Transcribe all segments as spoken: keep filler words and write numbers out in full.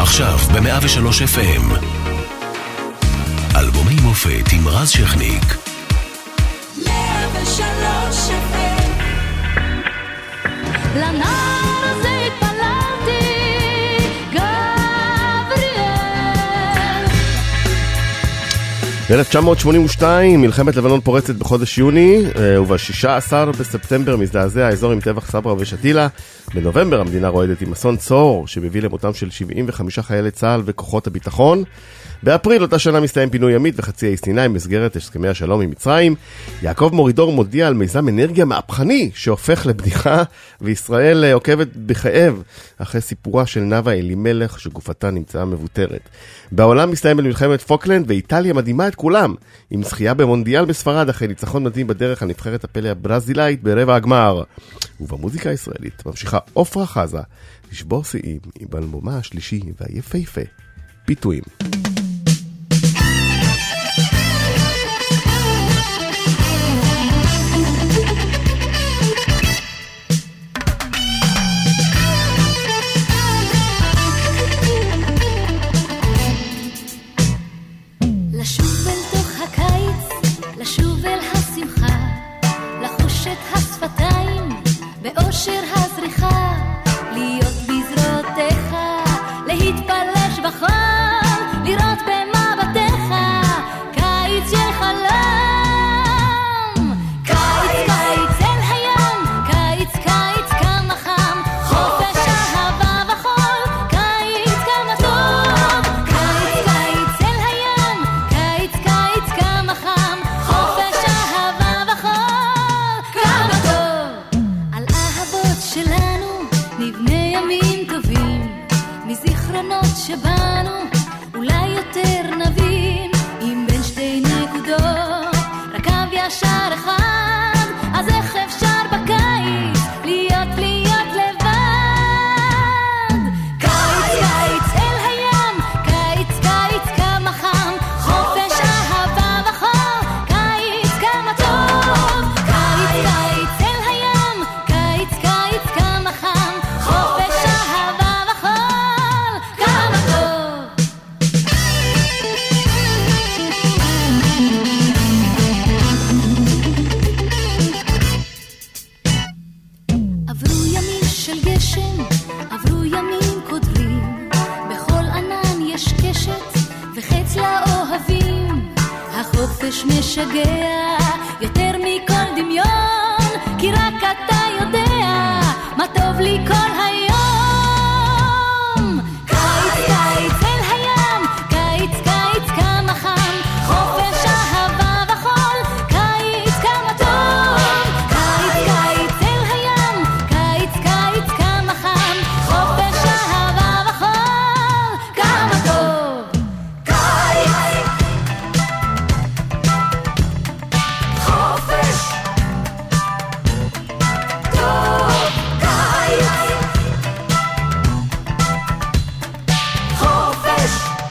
עכשיו ב-מאה ושלוש אף אם אלבומי מופת עם רז שכניק. מאה ושלוש אף אם לנער הזה התפללתי גבריאל. ב-אלף תשע מאות שמונים ושתיים מלחמת לבנון פורצת בחודש יוני, וב-שישה עשר בספטמבר מזדעזע האזור עם טבח סברה ושתילה. בנובמבר המדינה רועדת עם אסון צור שמביא למותם של שבעים וחמישה חיילי צה"ל וכוחות הביטחון. באפריל אותה שנה מסתיים פינוי ימית וחצי האי סיני במסגרת הסכמי השלום עם מצרים. יעקב מורידור מודיע על מיזם אנרגיה מהפכני שהופך לבדיחה, וישראל עוקבת בכאב אחרי סיפורה של נאוה אלימלך שגופתה נמצאה מבוטרת. בעולם מסתיים במלחמת פוקלנד, ואיטליה מדהימה את כולם עם זכייה במונדיאל בספרד אחרי ניצחון מדהים בדרך על נבחרת הפלא הברזילאית ברבע הגמר. ובמוזיקה הישראלית ממשיכה עופרה חזה לשבור שיאים עם אלבומה השלישי והיפהפה פיתויים. לשוב אל תוך הקיץ, לשוב אל השמחה, לחוש את השפתיים באושר הזריחה, להיות בזרועותיך, להתפלש בחול, לראות במבטיך קיץ של חלום. קיץ, קיץ אל הים, קיץ, קיץ כמה חם, חופש אהבה וחול, קיץ כמה טוב. קיץ, קיץ אל הים, קיץ, קיץ כמה חם, חופש אהבה וחול, כמה טוב. על אהבות שלנו נבנה ימים טובים, מזיכרונות שבנו אולי יותר נבין, אם בין שתי נקודות רכב ישר אחד, אז איך אפשר בקיץ להיות להיות לבד. קיץ, קיץ אל הים, קיץ, קיץ כמה חם, חופש אהבה וחול, קיץ כמה טוב. קיץ, קיץ אל הים, קיץ, קיץ כמה חם, חופש אהבה וחול, כמה טוב. עברו ימים של גשם, עברו ימים קודרים, בכל ענן יש קשת וחץ לאוהבים. החופש משגע יותר מכל דמיון, כי רק אתה יודע מה טוב לי כל היום. קיץ, קיץ אל הים, קיץ, קיץ כמה חם, חופש אהבה וחול, קיץ כמה טוב. קיץ, קיץ אל הים, קיץ, קיץ כמה חם, חופש אהבה וחול, כמה טוב. קיץ, חופש טוב. קיץ, חופש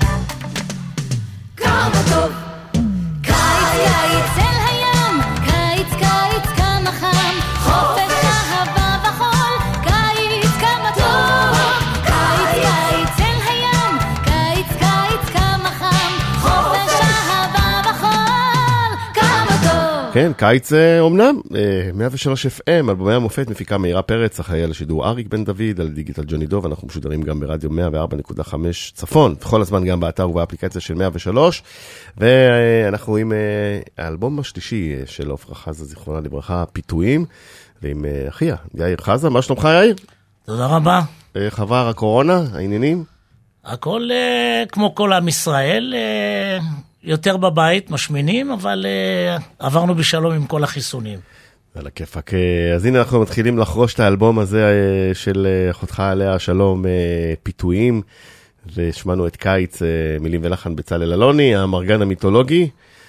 כמה טוב. קיץ, קיץ אל הים, קיץ, קיץ כמה חם, חופש אהבה וחול, קיץ כמה טוב. קיץ, קיץ אל הים, קיץ, קיץ כמה חם, חופש אהבה וחול, כמה טוב. כן, קיץ אומנם, מאה ושלוש אף אם, אלבומי המופת, מפיקה מאירה פרץ, אחראי על השידור אריק בן דוד, על דיגיטל ג'וני דוב, אנחנו משודרים גם ברדיו מאה וארבע נקודה חמש צפון, וכל הזמן גם באתר ובאפליקציה של מאה ושלוש, ואנחנו עם האלבום השלישי של עופרה חזה, זיכרונה לברכה, פיתויים, ועם אחיה, יאיר חזה. מה שלומך יאיר? תודה רבה. איך עבר הקורונה, העניינים? הכל אה, כמו כל עם ישראל, אה, יותר בבית, משמינים, אבל אה, עברנו בשלום עם כל החיסונים. על הכיפק. אז הנה אנחנו מתחילים לחרוש את האלבום הזה של אחותך עליה השלום, פיתויים, ושמענו את קיץ, מילים ולחן בצלאל אלוני, המרגן המיתולוגי.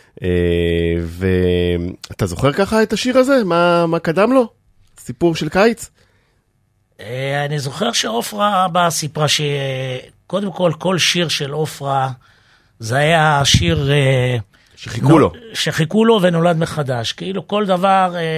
ואתה זוכר ככה את השיר הזה? מה, מה קדם לו? סיפור של קיץ? אני זוכר שעופרה באה סיפרה שקודם כל כל שיר של עופרה זה היה שיר שחיכו לו. שחיכו לו ונולד מחדש. כאילו כל דבר אה,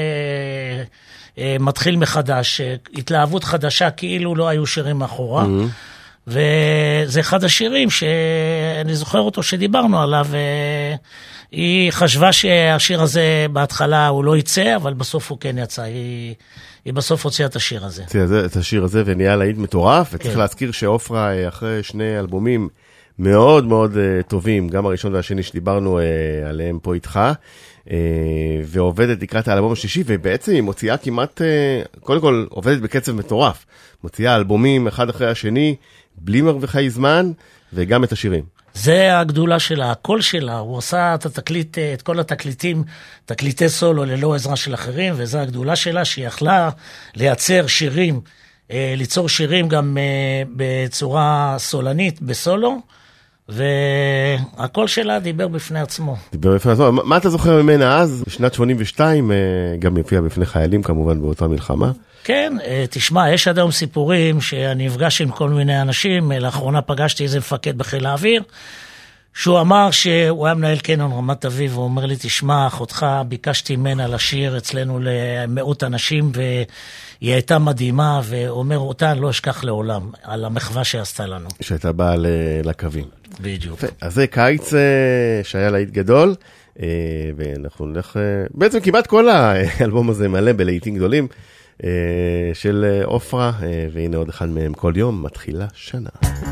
אה, מתחיל מחדש. התלהבות חדשה כאילו לא היו שירים מאחורה. Mm-hmm. וזה אחד השירים שאני זוכר אותו שדיברנו עליו, היא חשבה שהשיר הזה בהתחלה הוא לא יצא, אבל בסוף הוא כן יצא, היא, היא בסוף הוציאה את השיר הזה. את השיר הזה ונהיה להיט מטורף, וצריך כן. להזכיר שעופרה אחרי שני אלבומים מאוד מאוד טובים, גם הראשון והשני שדיברנו עליהם פה איתך, ועובדת לקראת האלבום השלישי, ובעצם היא מוציאה כמעט, קודם כל עובדת בקצב מטורף, מוציאה אלבומים אחד אחרי השני, בלי מרווחי זמן, וגם את השירים. זה הגדולה שלה, הקול שלה, הוא עושה את התקליט, את כל התקליטים, תקליטי סולו ללא עזרה של אחרים, וזו הגדולה שלה שהיא יכלה לייצר שירים, ליצור שירים גם בצורה סולנית, בסולו, והקול שלה דיבר בפני עצמו. דיבר בפני עצמו. מה אתה זוכר ממנה אז? בשנת שמונים ושתיים, גם יופיע בפני חיילים כמובן באותה מלחמה. כן, תשמע, יש עד היום סיפורים שאני נפגש עם כל מיני אנשים, לאחרונה פגשתי איזה מפקד בחיל האוויר, שהוא אמר שהוא היה מנהל קנון רמת אביב, והוא אומר לי, תשמע, אחותך, ביקשתי ממנה לשיר אצלנו למאות אנשים, והיא הייתה מדהימה, ואומר אותה, אני לא אשכח לעולם, על המחווה שעשתה לנו. שהייתה באה לקווים. בדיוק. אז זה קיץ שהיה להיט גדול, ואנחנו נלך, בעצם כמעט כל האלבום הזה מלא בלהיטים גדולים, של עופרה, והנה עוד אחד מהם, כל יום מתחילה שנה.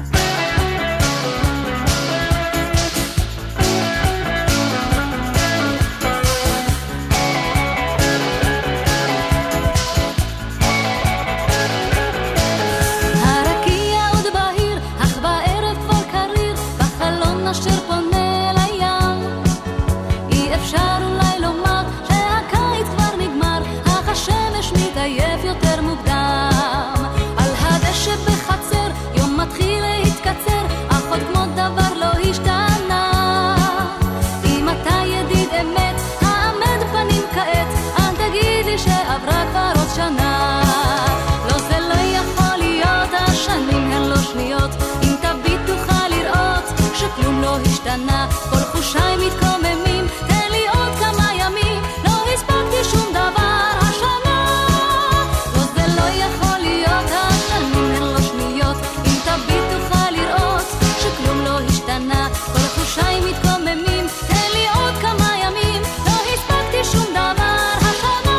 כל חושיי מתקוממים, תן לי עוד כמה ימים, לא הספקתי שום דבר השנה. לא, זה לא יכול להיות, השנים הן לא שניות, אם תביט תוכל לראות שכלום לא השתנה. כל חושיי מתקוממים, תן לי עוד כמה ימים, לא הספקתי שום דבר השנה.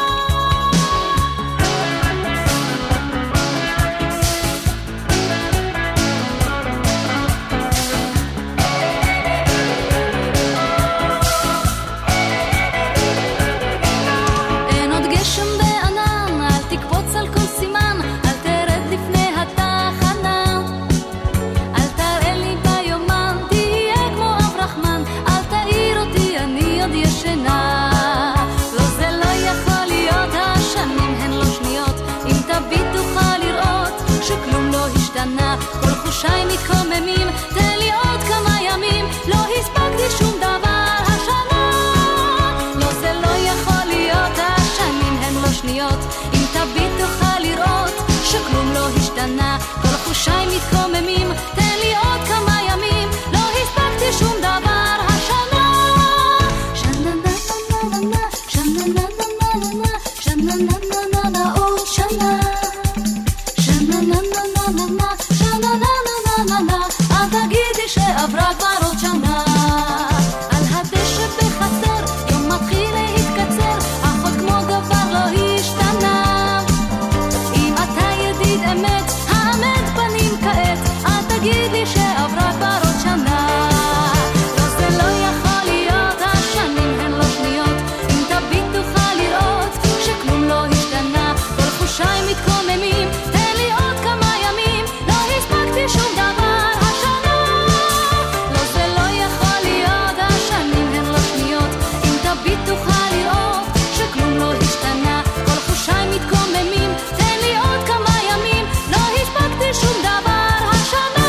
כל חושיי מתקוממים, תן לי עוד כמה ימים, לא הספקתי שום דבר השנה. לא, זה לא יכול להיות, השנים הן לא שניות, אם תביט תוכל לראות שכלום לא השתנה. כל חושיי מתקוממים, תן לי עוד כמה ימים, לא הספקתי שום דבר השנה. שנה נה נה נה נה, שנה נה נה נה נה, שנה נה נה נה נה, עוד שנה. שנה נה נה נה נה נה, שנה נה נה נה נה, אל תגידי שעברה כבר עוד שנה. על הדשא בחצר, יום מתחיל להתקצר, אך עוד כמו דבר לא השתנה. אם אתה ידיד אמת, העמד פנים כעת, אל תגידי שעברה כבר עוד שנה. לא, זה לא יכול להיות, השנים הן לא שניות, אם תביט תוכל לראות שכלום לא השתנה. כל חושיי מתקוממים, תן לי עוד כמה ימים, לא הספקתי שום דבר השנה. לא, זה לא יכול להיות, השנים הן לא שניות, אם תביט תוכל לראות שכלום לא השתנה. כל חושיי מתקוממים, תן לי עוד כמה ימים, לא הספקתי שום דבר השנה.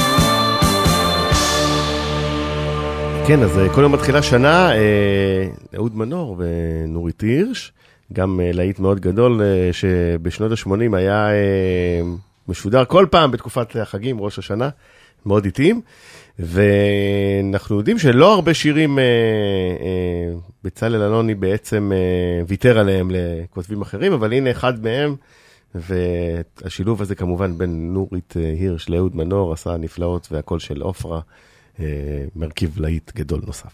כן, אז כל יום מתחילה שנה, אהוד מנור ונורית הירש, גם להיט מאוד גדול שבשנות ה-שמונים היה משודר כל פעם בתקופת החגים, ראש השנה, מאוד איטיים, ואנחנו יודעים שלא הרבה שירים בצלאל אלוני בעצם ויתר עליהם לכותבים אחרים, אבל הנה אחד מהם, והשילוב הזה כמובן בין נורית הירש לאהוד מנור עשה נפלאות, והקול של עופרה מרכיב להיט גדול נוסף.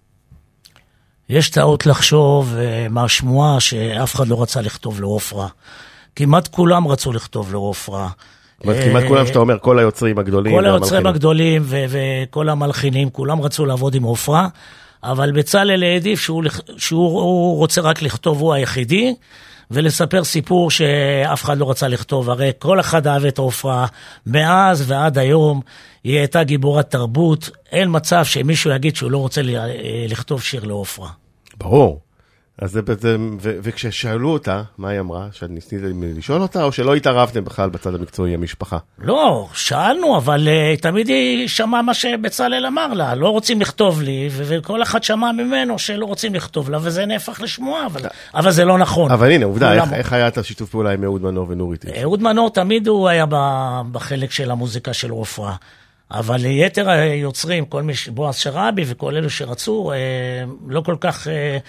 יש טעות לחשוב מהשמועה שאף אחד לא רצה לכתוב לעופרה. כמעט כולם רצו לכתוב לעופרה. כמעט כולם שאתה אומר, כל היוצרים הגדולים. כל היוצרים הגדולים וכל המלחינים, כולם רצו לעבוד עם עופרה, אבל בצלאל העדיף שהוא רוצה רק לכתוב, הוא היחידי, ולספר סיפור שאף אחד לא רצה לכתוב. הרי כל אחד אהב את עופרה, מאז ועד היום, היא הייתה גיבורת תרבות, אין מצב שמישהו יגיד שהוא לא רוצה לכתוב שיר לעופרה. ברור. אז זה, זה, ו, וכששאלו אותה, מה היא אמרה? שניסיתם לשאול אותה, או שלא התערבתם בכלל בצד המקצועי, המשפחה? לא, שאלנו, אבל uh, תמיד היא שמעה מה שבצלאל אמר לה, לא רוצים לכתוב לי, ו- וכל אחד שמע ממנו שלא רוצים לכתוב לה, וזה נהפך לשמועה, אבל, אבל זה לא נכון. אבל הנה, עובדה, איך, איך היה את השיתוף פעולה עם אהוד מנור ונורית? אהוד מנור תמיד הוא היה בחלק של המוזיקה של עופרה. אבל יתר היוצרים, כל מי שבועז שרעבי וכל אלו שרצו, לא כל כך,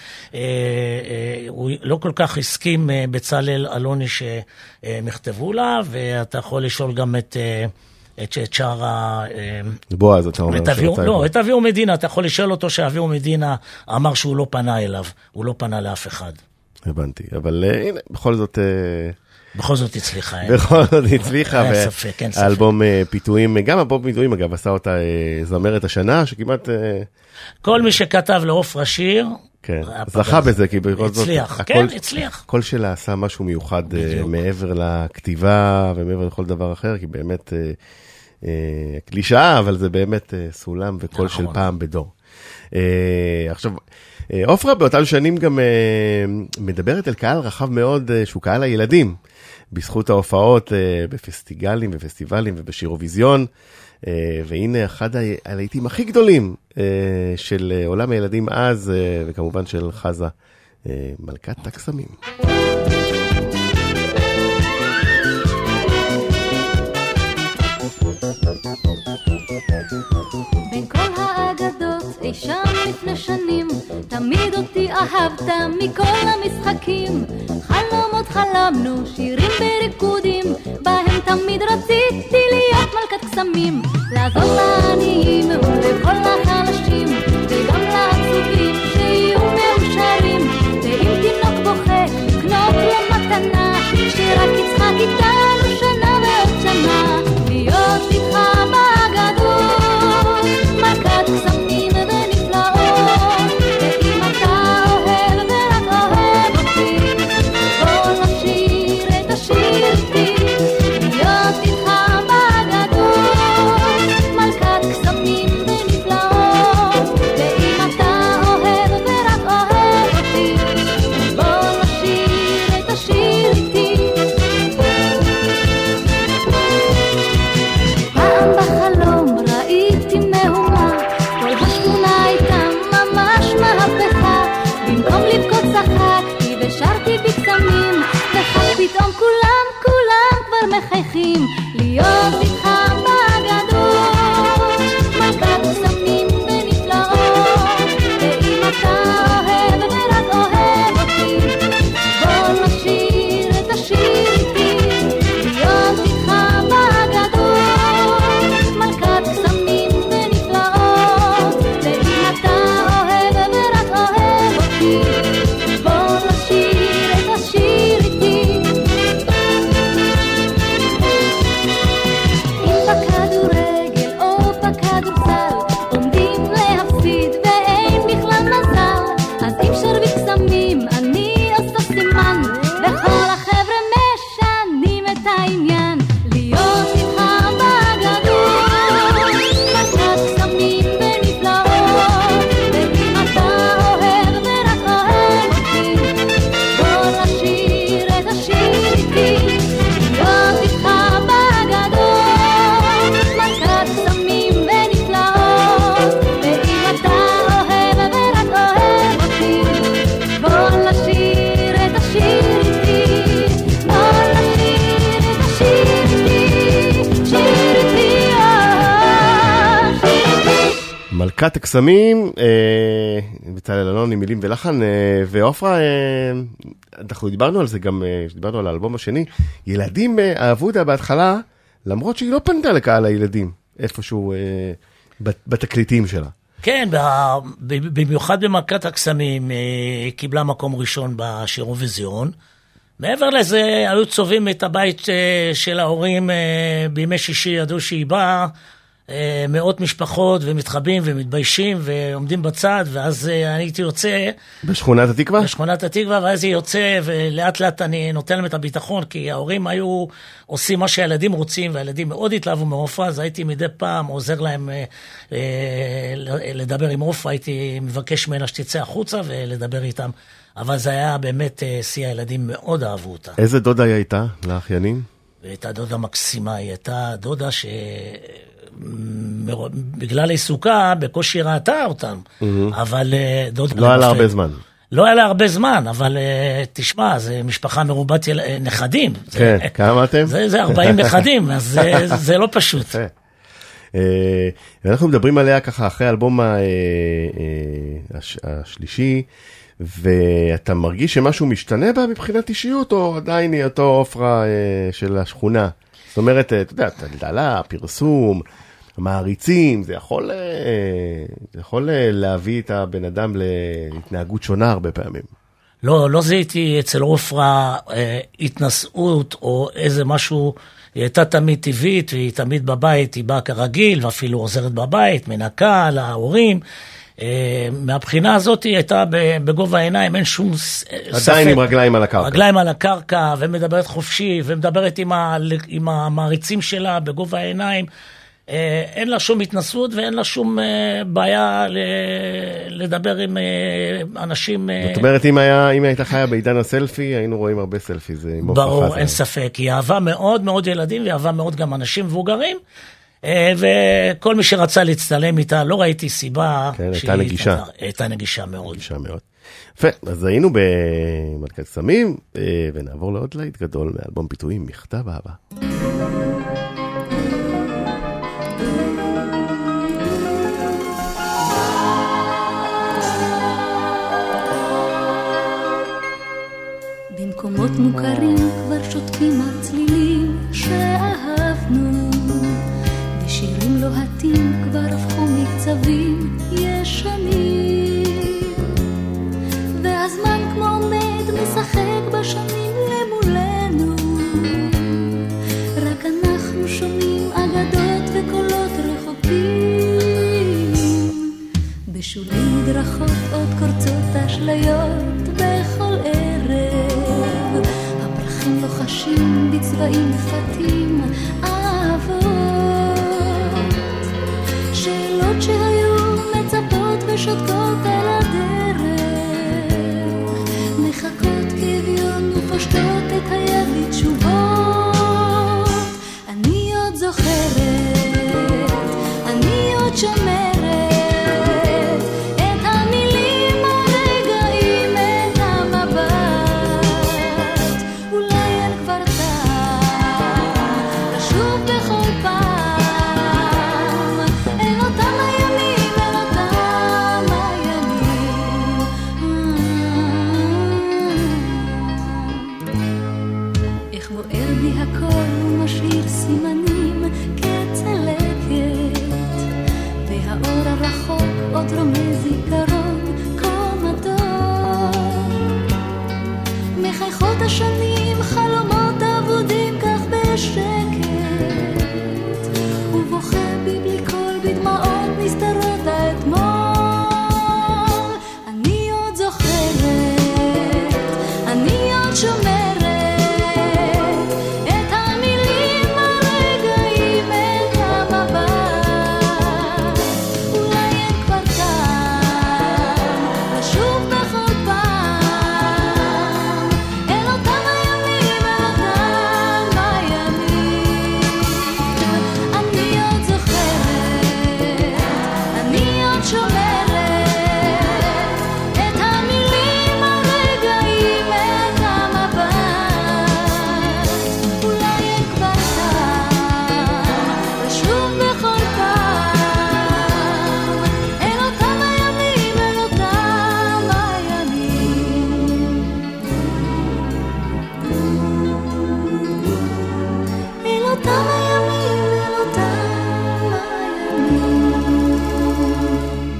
הוא לא כל כך הסכים בצלאל אלוני שמכתבו לה, ואתה יכול לשאול גם את, את שאר ה... בועז, אתה אומר. לא, את אביהו מדינה, אתה יכול לשאול אותו שאביהו מדינה אמר שהוא לא פנה אליו, הוא לא פנה לאף אחד. הבנתי, אבל הנה, בכל זאת... בכל זאת הצליחה. בכל זאת הצליחה, אין ספק, אין ספק. האלבום פיתויים, גם האלבום פיתויים אגב, עשה אותה זמרת השנה, שכמעט... כל מי שכתב לעופרה שיר, כן, זכה בזה, כי בכל זאת... הצליח, כן, הצליח. כל שלה עשה משהו מיוחד מעבר לכתיבה, ומעבר לכל דבר אחר, כי באמת קלישאה, אבל זה באמת סולם וקול של פעם בדור. עכשיו... עופרה באותם שנים גם מדברת על קהל רחב מאוד, שהוא קהל הילדים, בזכות ההופעות בפסטיגלים ופסטיבלים ובשירוויזיון, והנה אחד הלהיטים הכי גדולים של עולם הילדים אז, וכמובן של חזה, מלכת הקסמים. בין כל האגדות אי שם לפני שנים, תמיד אותי אהבת מכל המשחקים. חלומות חלמנו, שירים בריקודים, בהם תמיד רציתי להיות מלכת קסמים. לעזור לעניים ולכל החלשים, וגם לעצובים שיהיו מאושרים. ואם תינוק בוכה, לקנות לו מתנה, שרק יצחק איתנו שנה ועוד שנה. להיות איתך באגדות, מלכת קסמים ונפלאות. ואם אתה אוהב ורק אוהב אותי, בוא נשיר את השיר איתי. להיות איתך באגדות, מלכת קסמים ונפלאות. ואם אתה אוהב ורק אוהב אותי, בוא נשיר את השיר איתי. פעם בחלום ראיתי מהומה, כל השכונה הייתה ממש מהפכה. במקום לבכות צחקתי ושרתי בקסמים, וכך פתאום כולם כולם כבר מחייכים. להיות איתך באגדות, מלכת קסמים ונפלאות. ואם אתה אוהב ורק אוהב אותי, בוא נשיר את השיר איתי. להיות איתך באגדות, מלכת קסמים ונפלאות. ואם אתה אוהב ורק אוהב אותי, בוא נשיר את השיר איתי. מלכת הקסמים, בצלאל אלון עם מילים ולחן, ואופרה, אנחנו דיברנו על זה גם, דיברנו על האלבום השני, ילדים אהבו אותה בהתחלה, למרות שהיא לא פנתה לקהל הילדים, איפשהו בתקליטים שלה. כן, במיוחד במלכת הקסמים, היא קיבלה מקום ראשון בשירוויזיון. מעבר לזה, היו צובעים את הבית של ההורים בימי שישי, ידעו שהיא באה, מאות משפחות ומתחבים ומתביישים ועומדים בצד, ואז אני הייתי יוצא בשכונת התקווה? בשכונת התקווה, ואז היא יוצא ולאט לאט אני נותן להם את הביטחון, כי ההורים היו עושים מה שהילדים רוצים, והילדים מאוד התלהבו מעופרה, אז הייתי מדי פעם עוזר להם אה, אה, לדבר עם עופרה, הייתי מבקש ממנה שתצא החוצה ולדבר איתם, אבל זה היה באמת, אה, שיא הילדים מאוד אהבו אותה. איזה דודה היא הייתה לאחיינים? הייתה דודה מקסימה, היא הייתה דודה ש... בגלל עיסוקה, בקושי ראתה אותם, אבל דוד... לא היה לה הרבה זמן. לא היה לה הרבה זמן, אבל תשמע, זה משפחה מרובת נכדים. כן, כמה אתם? זה ארבעים נכדים, אז זה לא פשוט. אנחנו מדברים עליה ככה אחרי האלבום השלישי, ואתה מרגיש שמשהו משתנה בה מבחינת אישיות, או עדיין היא אותו אופרה של השכונה? זאת אומרת, אתה יודע, תלתלה, פרסום, מעריצים, זה יכול, זה יכול להביא את הבן אדם להתנהגות שונה הרבה פעמים. לא, לא זיהיתי אצל עופרה אה, התנסות או איזה משהו, היא הייתה תמיד טבעית, והיא תמיד בבית, היא באה כרגיל, ואפילו עוזרת בבית, מנקה להורים. אה, מהבחינה הזאת היא הייתה בגובה העיניים, אין שום עדיין ספק. עדיין עם רגליים על הקרקע. רגליים על הקרקע, ומדברת חופשי, ומדברת עם, ה, עם המעריצים שלה בגובה העיניים. אה, אין לה שום התנסות, ואין לה שום אה, בעיה ל, לדבר עם אה, אנשים. אה, זאת אומרת, אם, היה, אם הייתה חיה בעידן הסלפי, היינו רואים הרבה סלפי. זה ברור, אין ספק. היא אהבה מאוד מאוד ילדים, והיא אהבה מאוד גם אנשים מבוגרים. וכל מי שרצה להצטלם איתה, לא ראיתי סיבה. כן, הייתה נגישה. הייתה נגישה מאוד. נגישה מאוד. יפה, אז היינו במלכת הקסמים, ונעבור לעוד להיט גדול מאלבום פיתויים, מכתב אהבה. במקומות מוכרים כבר שותקים הצלילים שאהבנו, ושירים לוהטים כבר הפכו מקצבים ישנים, והזמן כמו עומד משחק בשנים למולנו, רק אנחנו שומעים אגדות וקולות רחוקים, בשולי מדרכות עוד קורצות אשליות בכל ערב, הפרחים לוחשים בצבעים מפתים אהבות, שאלות שהיו מצפות ושותקות על הדרך, מחכות כביון ופושטות את היד לתשובות. אני עוד זוכרת, אני עוד שומרת את המילים, הרגעים, את המבט, אולי אין כבר טעם לשוב בכל פעם אל אותם הימים, אל אותם הימים. איך בוער בי הכל ומשאיר סימנים כצלקת, והאור הרחוק עוד רומז זיכרון כה מדור, מחייכות השנים חלומות אבודים כך בשקט, ובוכה בי בלי קול בדמעות נסתרות האתמול. אני עוד זוכרת, אני עוד שומרת את המילים, הרגעים, את המבט, אולי אין כבר טעם לשוב בכל פעם אל אותם הימים, אל אותם הימים. אני עוד זוכרת,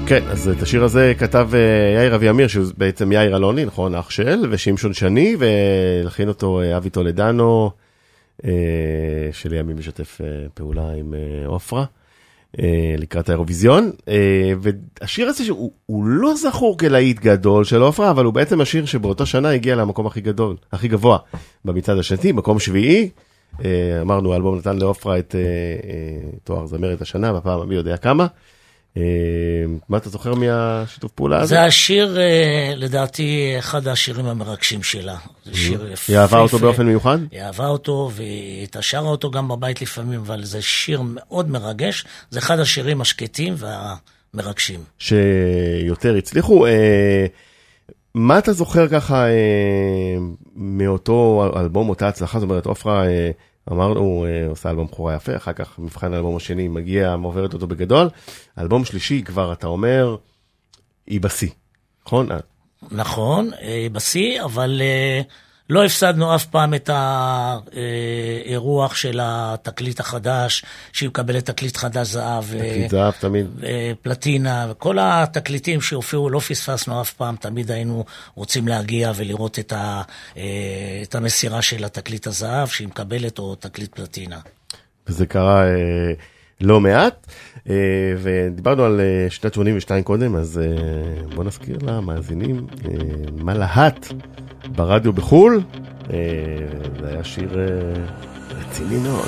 כן, אז את השיר הזה כתב יאיר אביעמיר, שהוא בעצם יאיר אלוני, נכון, אח של, ושמשון שני, ולכין אותו אבי טולדנו, שלימים משתף פעולה עם אופרה, לקראת האירוויזיון, והשיר הזה שהוא הוא לא זכור כלהיט גדול של אופרה, אבל הוא בעצם השיר שבאותה שנה הגיע למקום הכי גדול, הכי גבוה, במצעד השנתי, מקום שביעי, אמרנו, האלבום נתן לאופרה את תואר זמרת השנה, בפעם מי יודע כמה, מה אתה זוכר מהשיתוף פעולה הזה? זה השיר, לדעתי, אחד השירים המרגשים שלה. זה שיר יפה. היא אהבה אותו באופן מיוחד? היא אהבה אותו, והיא תשרה אותו גם בבית לפעמים, אבל זה שיר מאוד מרגש. זה אחד השירים השקטים והמרגשים. שיותר הצליחו. מה אתה זוכר ככה מאותו אלבום, אותה הצלחה? זאת אומרת, אופרה... אמרנו, עושה אלבום בחורה יפה, אחר כך מבחן האלבום השני מגיע, מעוברת אותו בגדול. האלבום שלישי כבר, אתה אומר, היא בסי, נכון? נכון, היא בסי, אבל לא הפסדנו אף פעם את האירוח של התקליט החדש, שהיא מקבלת תקליט חדש זהב. תקליט זהב תמיד. פלטינה, וכל התקליטים שהופיעו לא פספסנו אף פעם, תמיד היינו רוצים להגיע ולראות את, ה, את המסירה של התקליט הזהב, שהיא מקבלת או תקליט פלטינה. וזה קרה לא מעט, ודיברנו על שנת שמונים ושתיים קודם, אז בוא נזכיר לה, מאזינים, מה להט ברדיו בחול, זה היה שיר רציני מאוד.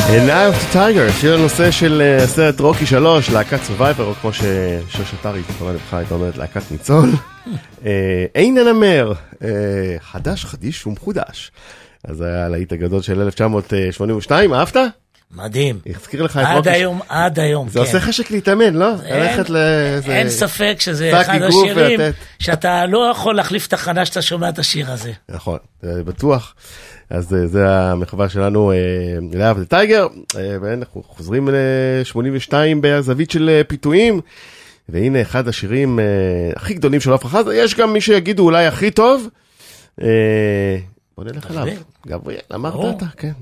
An Eye of the Tiger, שיר הנושא של סרט רוקי שלוש, להקת סורווייבר, או כמו ששוש אתרי, זיכרונה לברכה, הייתה אומרת להקת ניצול. אין הנמר, חדש, חדיש ומחודש. אז זה היה הלהיט הגדול של אלף תשע מאות שמונים ושתיים, אהבת? מדהים. הזכיר לך את עד רוקי. היום, עד היום, זה כן. עושה חשק להתאמן, לא? ללכת לאיזה... אין ספק שזה אחד השירים שאתה לא יכול להחליף תחנה שאתה שומע את השיר הזה. נכון, בטוח. אז זה המחווה שלנו לאב דה טייגר, ואנחנו חוזרים ל-שמונים ושתיים בזווית של פיתויים, והנה אחד השירים הכי גדולים של עפרה חזה, יש גם מי שיגידו אולי הכי טוב, בוא נלך אליו, גבריאל, אמרת אתה, כן.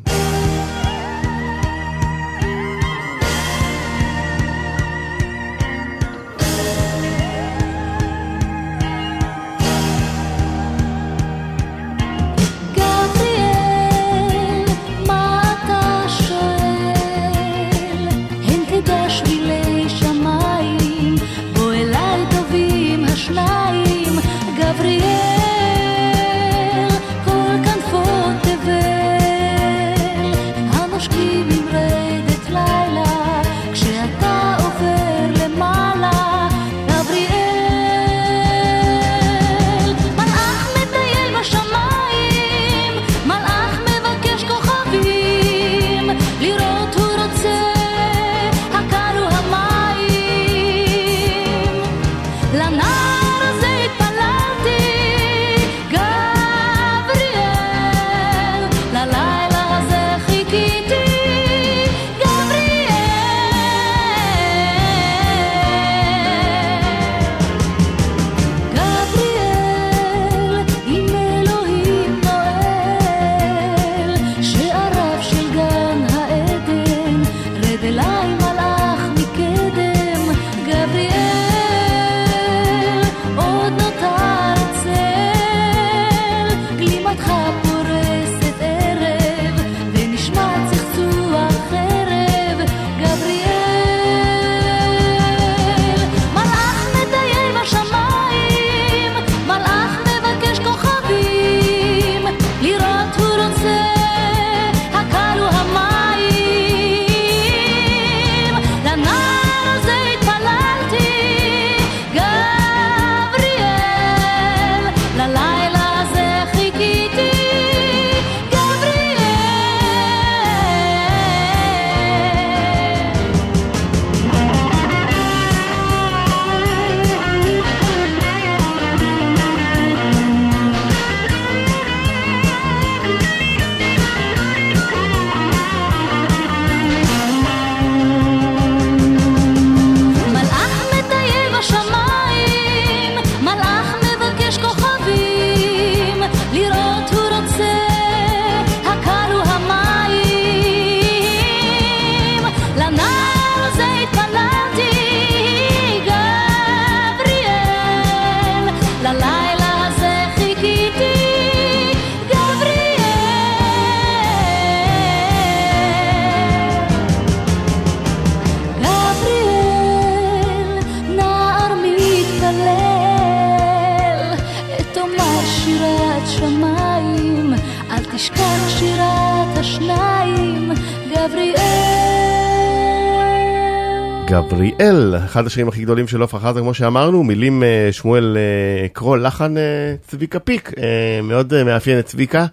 גבריאל, אחד השירים הכי גדולים של עפרה חזה, כמו שאמרנו, מילים שמואל קרול, לחן צביקה פיק, מאוד מאפיין את צביקה,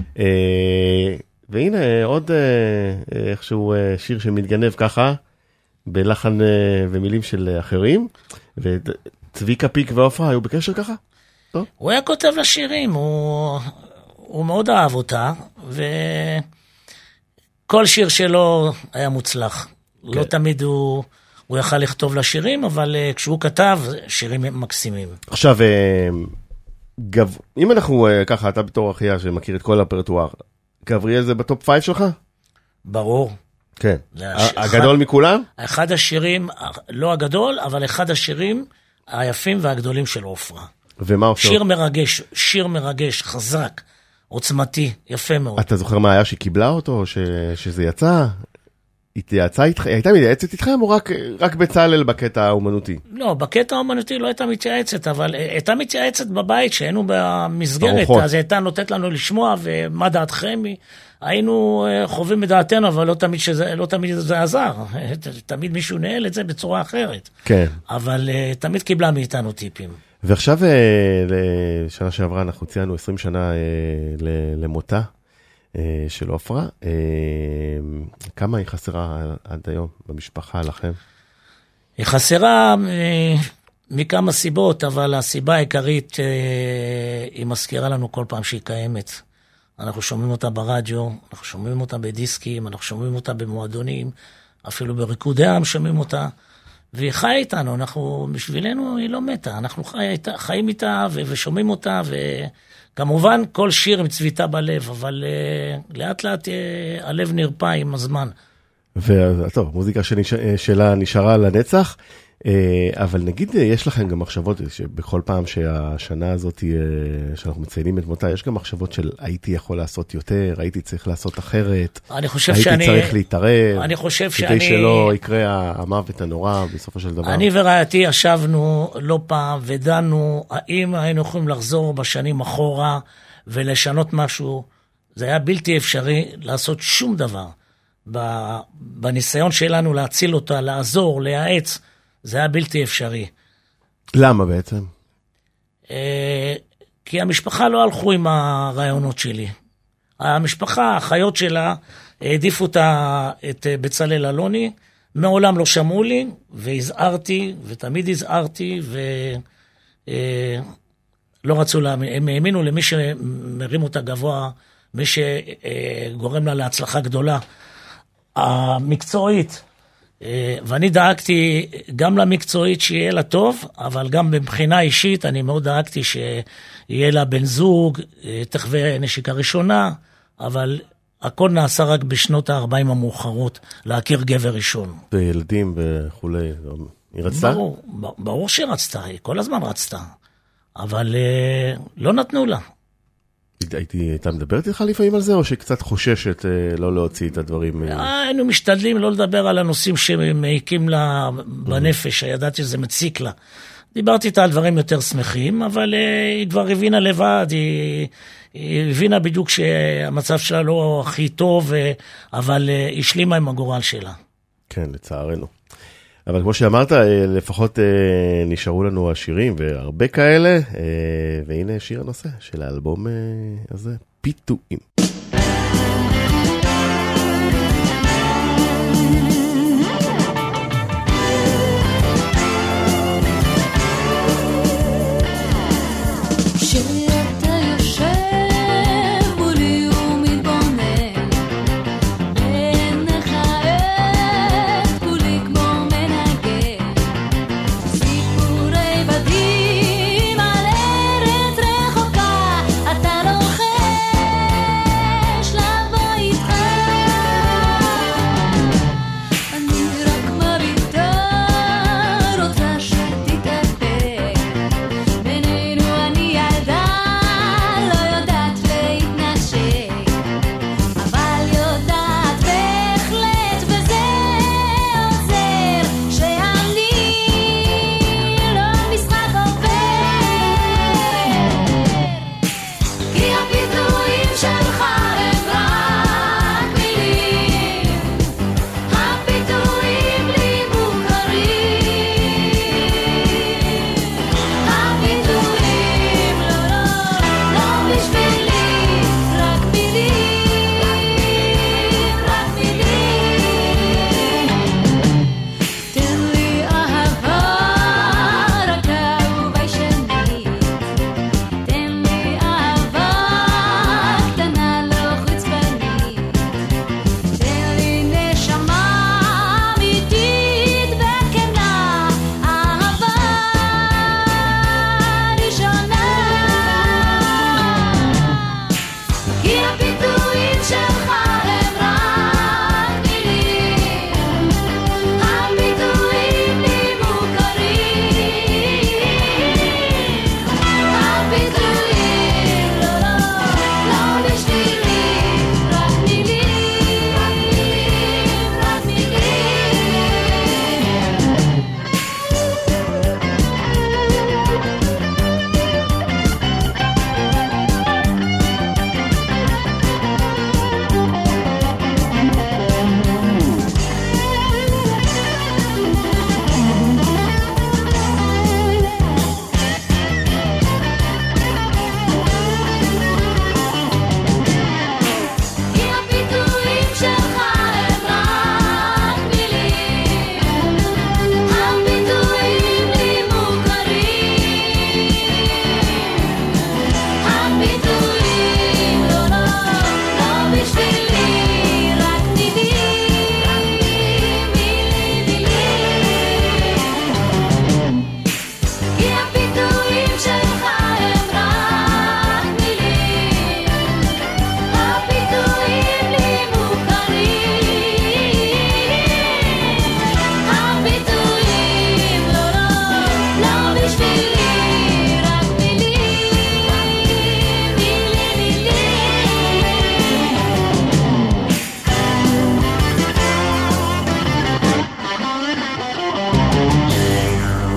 והנה עוד איכשהו שיר שמתגנב ככה, בלחן ומילים של אחרים, וצביקה פיק ועפרה היו בקשר ככה? טוב? הוא היה כותב לשירים, הוא, הוא מאוד אהב אותה, וכל שיר שלו היה מוצלח. כן. לא תמיד הוא, הוא יכל לכתוב לשירים, אבל uh, כשהוא כתב, שירים מקסימים. עכשיו, uh, גב... אם אנחנו uh, ככה, אתה בתור אחיה שמכיר את כל הפרטואר, גבריאל זה בטופ פייב שלך? ברור. כן. הש... הגדול אחד, מכולם? אחד השירים, לא הגדול, אבל אחד השירים היפים והגדולים של עפרה. ומה עושה? שיר מרגש, שיר מרגש, חזק, עוצמתי, יפה מאוד. אתה זוכר מה היה שקיבלה אותו, או ש... שזה יצא? התייעצה איתך, היא הייתה מתייעצת איתכם או רק, רק בצלאל בקטע האומנותי? לא, בקטע האומנותי לא הייתה מתייעצת, אבל הייתה מתייעצת בבית, שהיינו במסגרת, ארוחות. אז הייתה נותנת לנו לשמוע, ומה דעתכם היא, היינו חווים בדעתנו, אבל לא תמיד, שזה, לא תמיד זה עזר, תמיד מישהו נהל את זה בצורה אחרת. כן. אבל תמיד קיבלה מאיתנו טיפים. ועכשיו, לשנה שעברה, אנחנו ציינו עשרים שנה למותה של עופרה. כמה היא חסרה עד היום במשפחה לכם? היא חסרה מכמה סיבות, אבל הסיבה העיקרית היא מזכירה לנו כל פעם שהיא קיימת. אנחנו שומעים אותה ברדיו, אנחנו שומעים אותה בדיסקים, אנחנו שומעים אותה במועדונים, אפילו בריקודי העם שומעים אותה, והיא חיה איתנו, אנחנו, בשבילנו היא לא מתה, אנחנו חי, חיים איתה ו- ושומעים אותה, וכמובן כל שיר עם צביטה בלב, אבל uh, לאט לאט uh, הלב נרפא עם הזמן. וטוב, מוזיקה שנש... שלה נשארה לנצח, אבל נגיד יש לכם גם מחשבות, שבכל פעם שהשנה הזאת שאנחנו מציינים את מותה, יש גם מחשבות של הייתי יכול לעשות יותר, הייתי צריך לעשות אחרת, אני חושב הייתי שאני, צריך להתערב, אני חושב כדי שאני, שלא יקרה המוות הנורא בסופו של דבר. אני ורעייתי ישבנו לא פעם ודנו, האם היינו יכולים לחזור בשנים אחורה ולשנות משהו, זה היה בלתי אפשרי לעשות שום דבר. בניסיון שלנו להציל אותה, לעזור, להאץ, זה היה בלתי אפשרי. למה בעצם? כי המשפחה לא הלכו עם הרעיונות שלי. המשפחה, החיות שלה, העדיפו את בצלאל אלוני, מעולם לא שמעו לי, והזהרתי, ותמיד הזהרתי, ולא רצו להאמין. הם האמינו למי שמרים אותה גבוה, מי שגורם לה להצלחה גדולה. המקצועית, ואני דאגתי גם למקצועית שיהיה לה טוב, אבל גם מבחינה אישית אני מאוד דאגתי שיהיה לה בן זוג, תחווה נשיקה ראשונה, אבל הכל נעשה רק בשנות ה-ארבעים המאוחרות, להכיר גבר ראשון. וילדים וכולי, היא רצתה? ברור, ברור שהיא רצתה, היא כל הזמן רצתה, אבל לא נתנו לה. הייתה מדברת איתך לפעמים על זה, או שקצת חוששת לא להוציא את הדברים? היינו משתדלים לא לדבר על הנושאים שמעיקים לה בנפש, ידעתי שזה מציק לה. דיברתי איתה על דברים יותר שמחים, אבל היא כבר הבינה לבד, היא, היא הבינה בדיוק שהמצב שלה לא הכי טוב, אבל היא השלימה עם הגורל שלה. כן, לצערנו. אבל כמו שאמרת, לפחות נשארו לנו השירים, והרבה כאלה, והנה שיר הנושא של האלבום הזה, פיתויים. אתה לוחם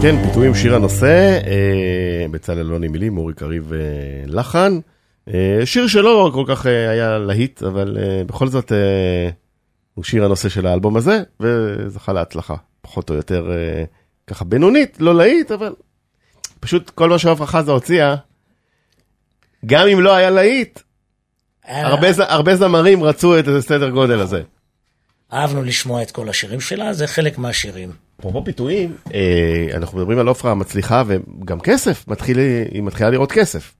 כן, פיתויים שיר הנושא, אה, בצלאל אלוני מילים, אורי קריב אה, לחן. אה, שיר שלא כל כך אה, היה להיט, אבל אה, בכל זאת אה, הוא שיר הנושא של האלבום הזה, וזכה להצלחה, פחות או יותר אה, ככה בינונית, לא להיט, אבל פשוט כל מה שעפרה חזה הוציאה, גם אם לא היה להיט, הרבה, הרבה זמרים רצו את הסדר גודל הזה. אהבנו לשמוע את כל השירים שלה, זה חלק מהשירים. אפרופו פיתויים, אנחנו מדברים על עפרה מצליחה, וגם כסף, מתחיל, היא מתחילה לראות כסף.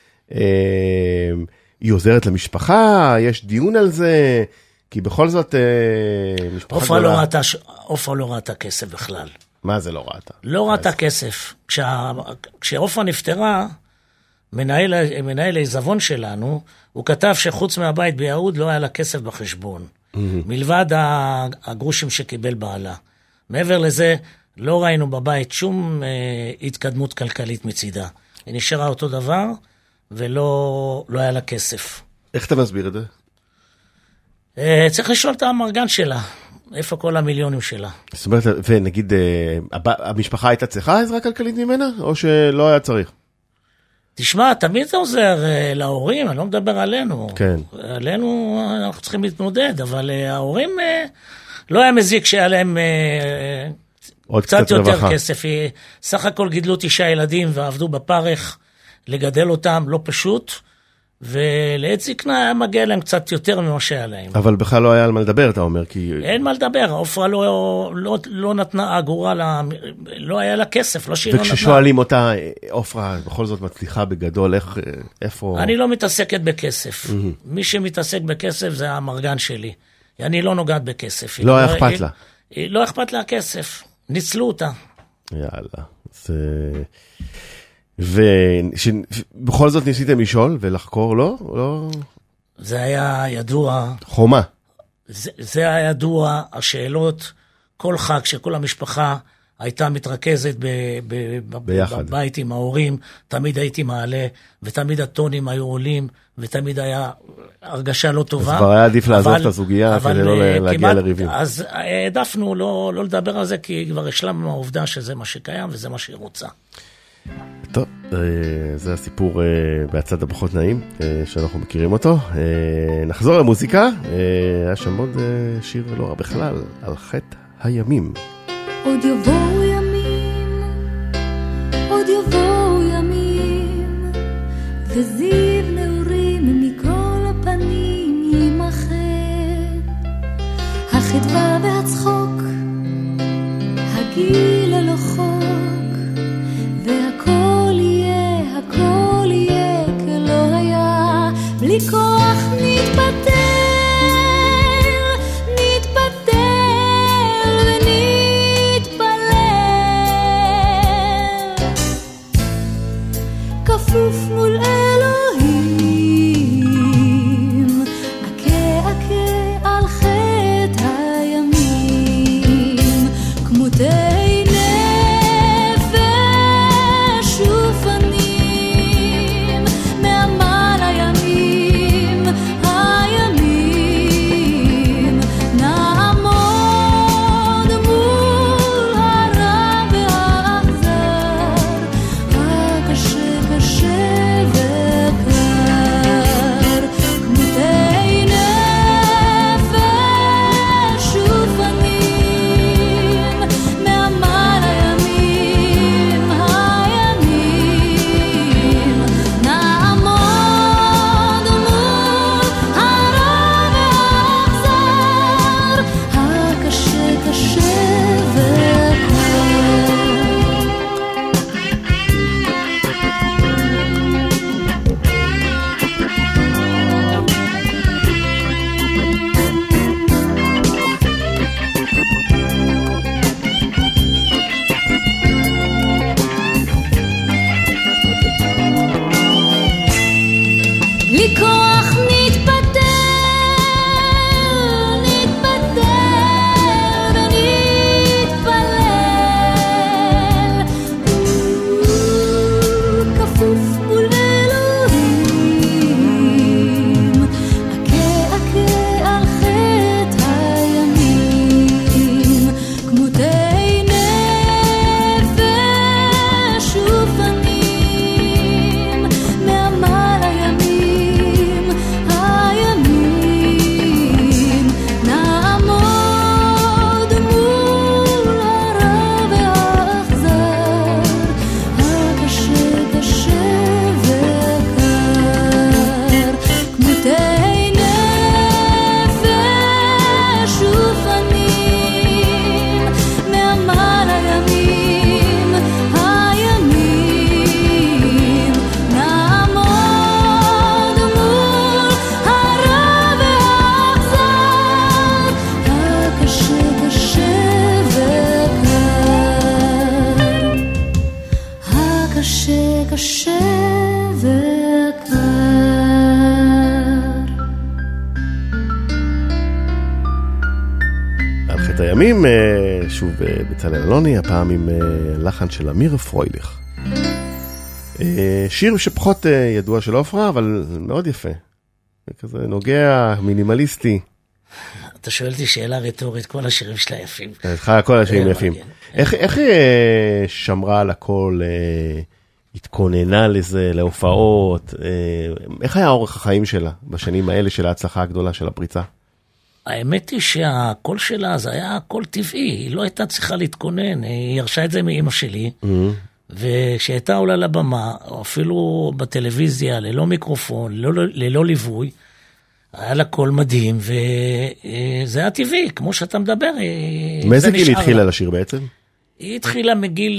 היא עוזרת למשפחה, יש דיון על זה, כי בכל זאת משפחה עפרה לא ראתה, עפרה לא ראתה כסף בכלל. מה זה לא ראתה? לא ראתה כסף. כשה, כשעפרה נפטרה, מנהל, מנהל העיזבון שלנו, הוא כתב שחוץ מהבית ביהוד לא היה לה כסף בחשבון. מלבד הגרושים שקיבל בעלה. מעבר לזה, לא ראינו בבית שום אה, התקדמות כלכלית מצידה. היא נשארה אותו דבר, ולא לא היה לה כסף. איך אתה מסביר את זה? אה, צריך לשאול את המרגן שלה, איפה כל המיליונים שלה. זאת אומרת, ונגיד, אה, המשפחה הייתה צריכה עזרה כלכלית ממנה, או שלא היה צריך? תשמע, תמיד זה עוזר uh, להורים, אני לא מדבר עלינו. כן. עלינו אנחנו צריכים להתמודד, אבל uh, ההורים uh, לא היה מזיק שהיה להם uh, קצת, קצת יותר רווחה. כסף. סך הכל גידלו תשעה ילדים ועבדו בפרך לגדל אותם, לא פשוט, ולעת זקנה היה מגיע להם קצת יותר ממה שהיה להם. אבל בכלל לא היה על מה לדבר, אתה אומר, כי... אין מה לדבר, עפרה לא, לא, לא נתנה אגורה, לה, לא היה לה כסף, לא שהיא לא נתנה. וכששואלים אותה, עפרה בכל זאת מצליחה בגדול, איך, איפה... אני לא מתעסקת בכסף. Mm-hmm. מי שמתעסק בכסף זה המרגן שלי. אני לא נוגעת בכסף. לא היה אכפת לה. היא, לא אכפת לה הכסף. ניצלו אותה. יאללה, זה... ובכל זאת ניסיתם לשאול ולחקור, לא? לא... זה היה ידוע. חומה. זה, זה היה ידוע, השאלות, כל חג שכל המשפחה הייתה מתרכזת ב, ב, ביחד. בבית עם ההורים, תמיד הייתי מעלה, ותמיד הטונים היו עולים, ותמיד היה הרגשה לא טובה. אז כבר היה עדיף לעזוב את הזוגיה כדי לא להגיע כמעט, לריבים. אז העדפנו לא, לא לדבר על זה, כי כבר השלמנו העובדה שזה מה שקיים, וזה מה שהיא רוצה. טוב, זה הסיפור בהצד הפחות נעים שאנחנו מכירים אותו. נחזור למוזיקה, היה שם עוד שיר לא רע בכלל, על חטא הימים. עוד יבואו ימים, עוד יבואו ימים, וזיו נעורים מכל הפנים יימחק, החדווה והצחוק, הגיל הלא חוק, והכל יהיה, הכל יהיה כלא היה, בלי כוח נתפתח. כפוף מול אלוהים, עקה עקה על חטא הימים, כמותי נפש ופנים, מעמל הימים, הימים. הימים, שוב בצלאל אלוני, הפעם עם לחן של אמיר פרויליך. שיר שפחות ידוע של עופרה, אבל מאוד יפה. כזה נוגע, מינימליסטי. אתה שואל אותי שאלה רטורית, כל השירים שלה יפים. כל השירים יפים. איך היא שמרה על הכל, התכוננה לזה, להופעות? איך היה אורך החיים שלה בשנים האלה של ההצלחה הגדולה של הפריצה? האמת היא שהקול שלה זה היה קול טבעי, היא לא הייתה צריכה להתכונן, היא הרשה את זה מאמא שלי, וכשהייתה עולה לבמה, או אפילו בטלוויזיה, ללא מיקרופון, ללא, ללא ליווי, היה לה קול מדהים, וזה היה טבעי, כמו שאתה מדבר. מאיזה גיל התחילה לשיר בעצם? היא התחילה מגיל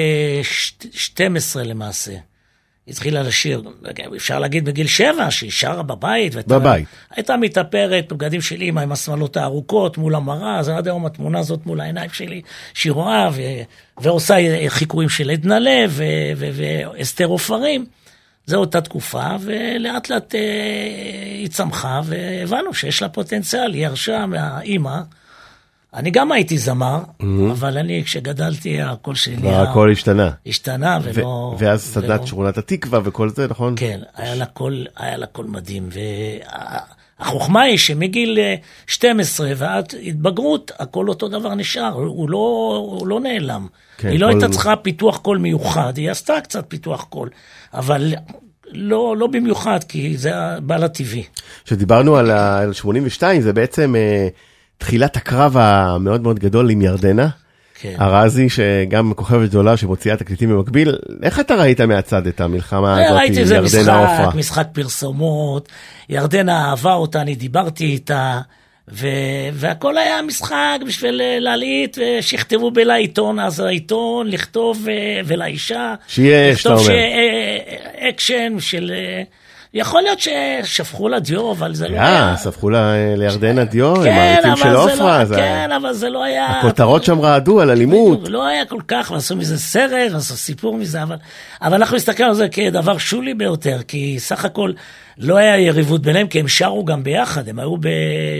שתים עשרה למעשה. היא התחילה לשיר, אפשר להגיד בגיל שבע, שהיא שרה בבית. בבית. הייתה מתאפרת בבגדים של אמא עם השמלות הארוכות מול המראה, אז עד היום התמונה הזאת מול העיניים שלי, שהיא רואה ועושה חיקויים של עדנה לב ואסתר עופרים. זו אותה תקופה, ולאט לאט היא צמחה, והבנו שיש לה פוטנציאל, היא הרשה מהאמא. אני גם הייתי זמר, אבל אני, כשגדלתי, הקול שלי... הקול השתנה. השתנה, ולא... ואז סדנת שכונת התקווה וכל זה, נכון? כן, היה לה קול, היה לה קול מדהים, והחוכמה היא שמגיל שתים עשרה ועד התבגרות, הקול אותו דבר נשאר, הוא לא, הוא לא נעלם. היא לא הייתה צריכה פיתוח קול מיוחד, היא עשתה קצת פיתוח קול, אבל... לא, לא במיוחד, כי זה בעל הטבעי. כשדיברנו על שמונים ושתיים, זה בעצם uh, תחילת הקרב המאוד מאוד גדול עם ירדנה. כן. ארזי, שגם כוכבת גדולה שמוציאה תקליטים במקביל. איך אתה ראית מהצד את המלחמה הזאת? ראיתי זה משחק, משחק פרסומות. ירדנה אהבה אותה, אני דיברתי איתה. ו... והכל היה משחק בשביל להעליט, ושכתבו בלעיתון, אז העיתון לכתוב ו... ולאישה, שיהיה, שאתה אומר. לכתוב שאקשן של... יכול להיות ששפכו לה דיו, אבל זה לא היה. ספחו לה לירדנה דיו, עם העריצים של אופרה. כן, אבל זה לא היה... הכותרות שם רעדו על אלימות. לא היה כל כך, ועשו מזה סרט, ועשו סיפור מזה, אבל אנחנו הסתכלנו על זה כדבר שולי ביותר, כי סך הכל לא היה יריבות ביניהם, כי הם שרו גם ביחד, הם היו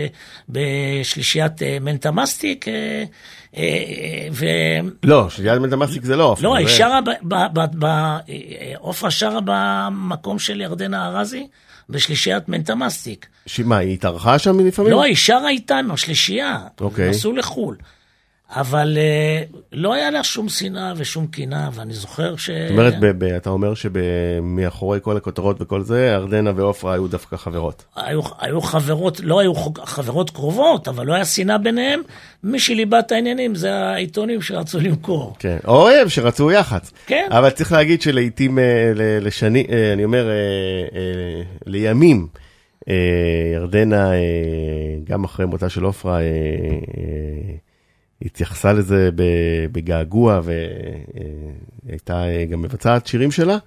בשלישיית מנטה מסטיק, ו... לא, שלישיית מנטה מסטיק זה לא. לא, היא שרה, אופרה שרה במקום של ירדנה ארזי, בשלישיית מנטה מסטיק. שמה, היא התארחה שם לפעמים? לא, היא שרה איתנו, שלישייה. אוקיי. נסעו לחול. אבל uh, לא היה לה שום שנאה ושום קינה, ואני זוכר ש... זאת אומרת, ב- ב- אתה אומר שמאחורי כל הכותרות וכל זה, ירדנה ואופרה היו דווקא חברות. היו, היו חברות, לא היו חברות קרובות, אבל לא היה שנאה ביניהם. מי שליבד את העניינים זה העיתונים שרצו למכור. כן, אוהב שרצו יח"צ. כן. אבל צריך להגיד שלעיתים, לשני, אני אומר, לימים, ירדנה, גם אחרי מותה של אופרה, התייחסה לזה בגעגוע, והייתה גם מבצעת שירים שלה,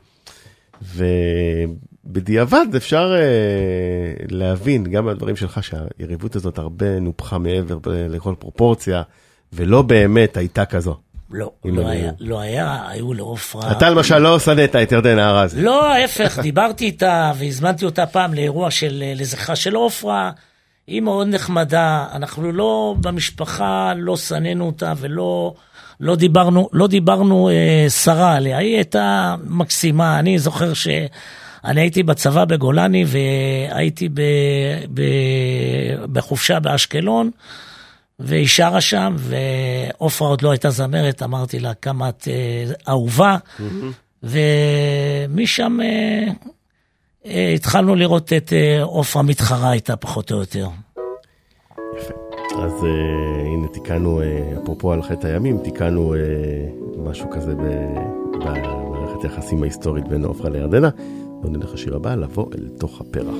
ובדיעבד אפשר להבין, גם מהדברים שלך, שהיריבות הזאת הרבה נופחה מעבר לכל פרופורציה, ולא באמת הייתה כזו. לא, לא היה, לא היה, היו לאופרה... אתה למשל לא סנית את ירדנה ארזי. לא, ההפך, דיברתי איתה, והזמנתי אותה פעם לאירוע של, לזכרה של אופרה, היא מאוד נחמדה, אנחנו לא במשפחה, לא סננו אותה ולא לא דיברנו, לא דיברנו אה, שרה עליה, היא הייתה מקסימה, אני זוכר שאני הייתי בצבא בגולני והייתי ב, ב, בחופשה באשקלון, והיא שרה שם, ואופרה עוד לא הייתה זמרת, אמרתי לה כמה את אה, אהובה, mm-hmm. ומשם... אה, התחלנו לראות את אופרה מתחרה איתה פחות או יותר. יפה. אז uh, הנה תיקנו, uh, אפרופו על חטא הימים, תיקנו uh, משהו כזה במערכת היחסים ההיסטורית בין אופרה לירדנה. בואו נלך לשיר הבא, לבוא אל תוך הפרח.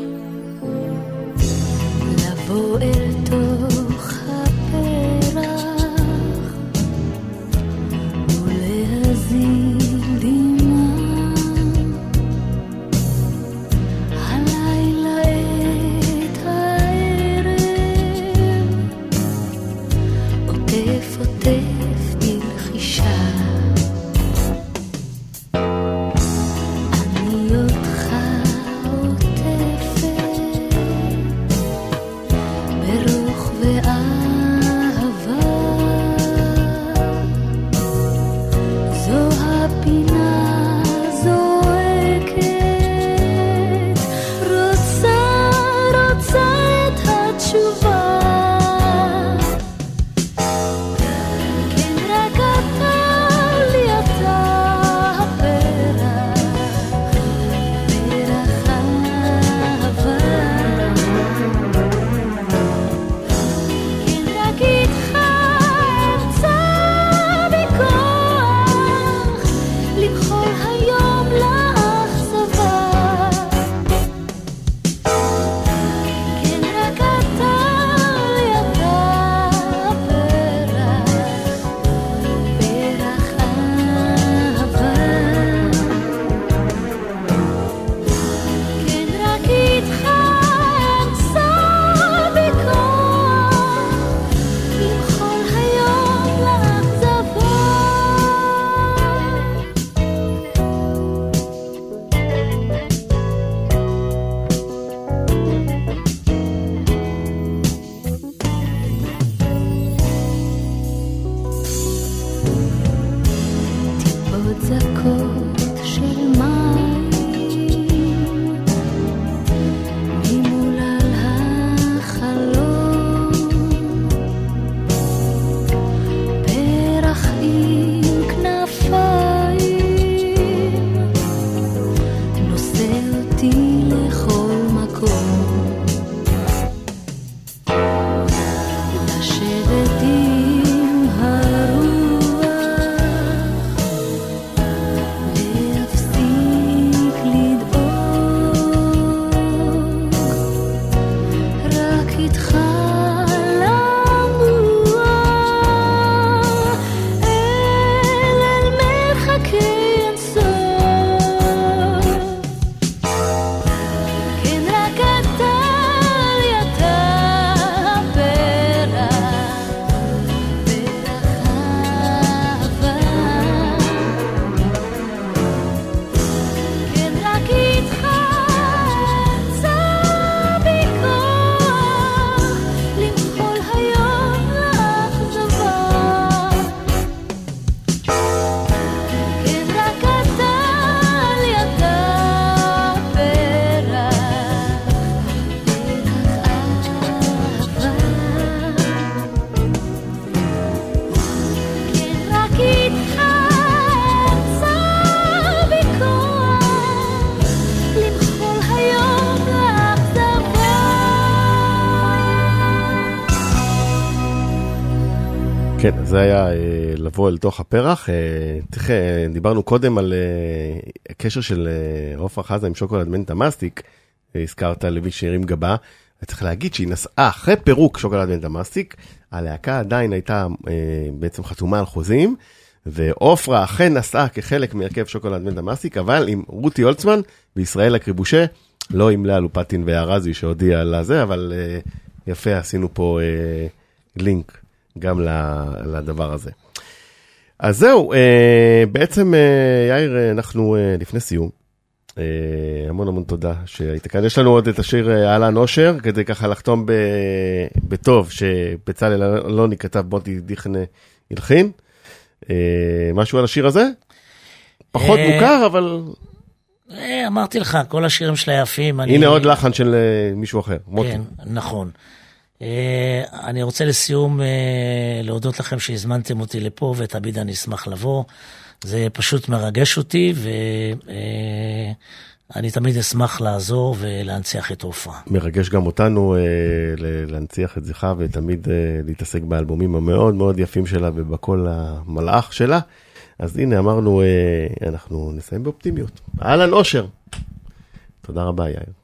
לבוא אל תוך הפרח ולהזין אותך עוטפת איתך למוע אל אל מרחקי אינסוף כן רק אתה לי אתה הפרח פרח אהבה כן רק איתך יצא בי כוח למחול היום לאכזבה כן רק אתה לי אתה פרח פרח אהבה כן רק איתך יצא בי כוח למחול היום לאכזבה כן, זה היה אה, לבוא אל תוך הפרח. אה, תראה, אה, דיברנו קודם על אה, הקשר של אה, עופרה חזה עם שוקולד מנטה מסטיק, אה, הזכרת לוי שהרים גבה, צריך להגיד שהיא נסעה אחרי פירוק שוקולד מנטה מסטיק, הלהקה עדיין הייתה אה, בעצם חתומה על חוזים, ועופרה אכן נסעה כחלק מהרכב שוקולד מנטה מסטיק, אבל עם רותי הולצמן וישראל הקריבושה, לא עם לאה לופטין והרזי שהודיע על זה, אבל אה, יפה, עשינו פה אה, לינק גם ל- לדבר הזה. אז זהו, אה, בעצם אה, יאיר, אה, אנחנו אה, לפני סיום, אה, המון המון תודה שהיית כאן. יש לנו עוד את השיר אה, אהלן אושר, כדי ככה לחתום ב- בטוב, שבצלאל אלוני כתב, מוטי דיכן הלחין. אה, משהו על השיר הזה? פחות אה, מוכר, אבל אה, אמרתי לך, כל השירים שלה יפים. אני- הנה עוד לחן של אה, מישהו אחר, מוטי. כן, נכון. אה, אני רוצה לסיום אה, להודות לכם שהזמנתם אותי לפה, ותמיד אני אשמח לבוא. זה פשוט מרגש אותי, ואני תמיד אשמח לעזור ולהנציח את עופרה. מרגש גם אותנו אה, ל- להנציח את זכרה, ותמיד אה, להתעסק באלבומים המאוד מאוד יפים שלה, ובקול המלאך שלה. אז הנה, אמרנו, אה, אנחנו נסיים באופטימיות. אהלן אושר. תודה רבה, יאיר.